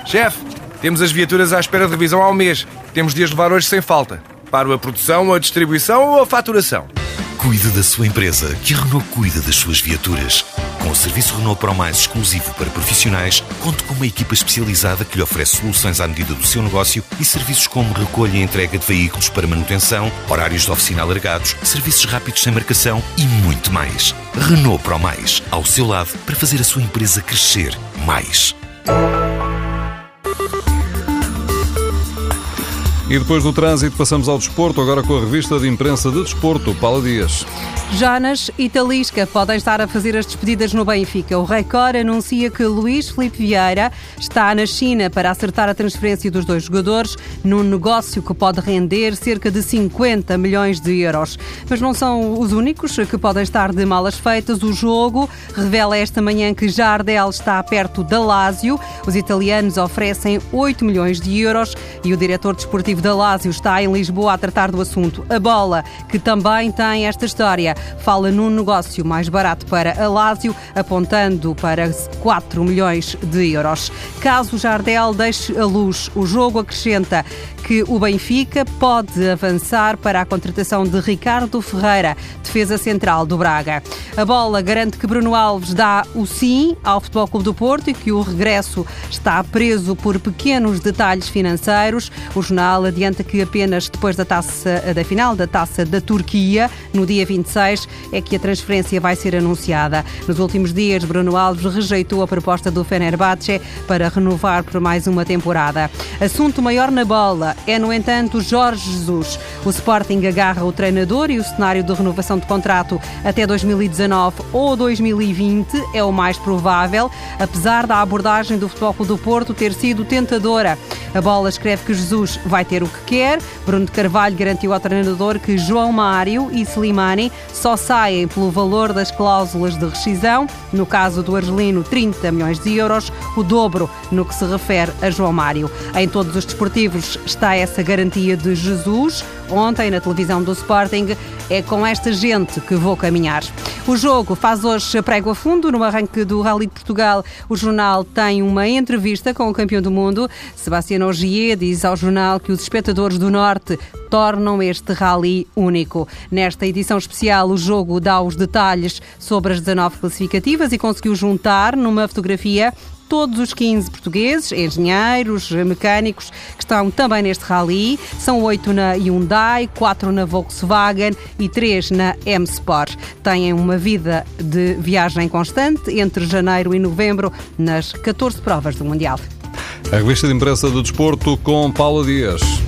Chefe, temos as viaturas à espera de revisão há um mês. Temos de as levar hoje sem falta. Para a produção, a distribuição ou a faturação? Cuide da sua empresa, que a Renault cuida das suas viaturas. Com o serviço Renault Pro Mais exclusivo para profissionais, conte com uma equipa especializada que lhe oferece soluções à medida do seu negócio e serviços como recolha e entrega de veículos para manutenção, horários de oficina alargados, serviços rápidos sem marcação e muito mais. Renault Pro Mais, ao seu lado, para fazer a sua empresa crescer mais. E depois do trânsito passamos ao desporto, agora com a revista de imprensa de desporto, Paula Dias. Jonas e Talisca podem estar a fazer as despedidas no Benfica. O Record anuncia que Luís Filipe Vieira está na China para acertar a transferência dos dois jogadores num negócio que pode render cerca de 50 milhões de euros. Mas não são os únicos que podem estar de malas feitas. O Jogo revela esta manhã que Jardel está perto da Lazio. Os italianos oferecem 8 milhões de euros e o diretor desportivo da Lazio está em Lisboa a tratar do assunto. A Bola, que também tem esta história, fala num negócio mais barato para a Lazio, apontando para 4 milhões de euros. Caso Jardel deixe a luz, o Jogo acrescenta que o Benfica pode avançar para a contratação de Ricardo Ferreira, defesa central do Braga. A Bola garante que Bruno Alves dá o sim ao Futebol Clube do Porto e que o regresso está preso por pequenos detalhes financeiros. O jornal adianta que apenas depois da final da Taça da Turquia, no dia 26, é que a transferência vai ser anunciada. Nos últimos dias, Bruno Alves rejeitou a proposta do Fenerbahçe para renovar por mais uma temporada. Assunto maior na Bola é, no entanto, Jorge Jesus. O Sporting agarra o treinador e o cenário de renovação de contrato até 2019 ou 2020 é o mais provável, apesar da abordagem do Futebol Clube do Porto ter sido tentadora. A Bola escreve que Jesus vai ter o que quer. Bruno de Carvalho garantiu ao treinador que João Mário e Slimani só saem pelo valor das cláusulas de rescisão. No caso do argelino, 30 milhões de euros, o dobro no que se refere a João Mário. Em todos os desportivos está essa garantia de Jesus. Ontem, na televisão do Sporting, é com esta gente que vou caminhar. O Jogo faz hoje prego a fundo. No arranque do Rally de Portugal, o jornal tem uma entrevista com o campeão do mundo. Sebastião Ogier diz ao jornal que os espectadores do Norte tornam este rally único. Nesta edição especial, o Jogo dá os detalhes sobre as 19 classificativas e conseguiu juntar numa fotografia todos os 15 portugueses, engenheiros, mecânicos, que estão também neste rally. São 8 na Hyundai, 4 na Volkswagen e 3 na M-Sport. Têm uma vida de viagem constante entre janeiro e novembro nas 14 provas do Mundial. A revista de imprensa do desporto com Paula Dias.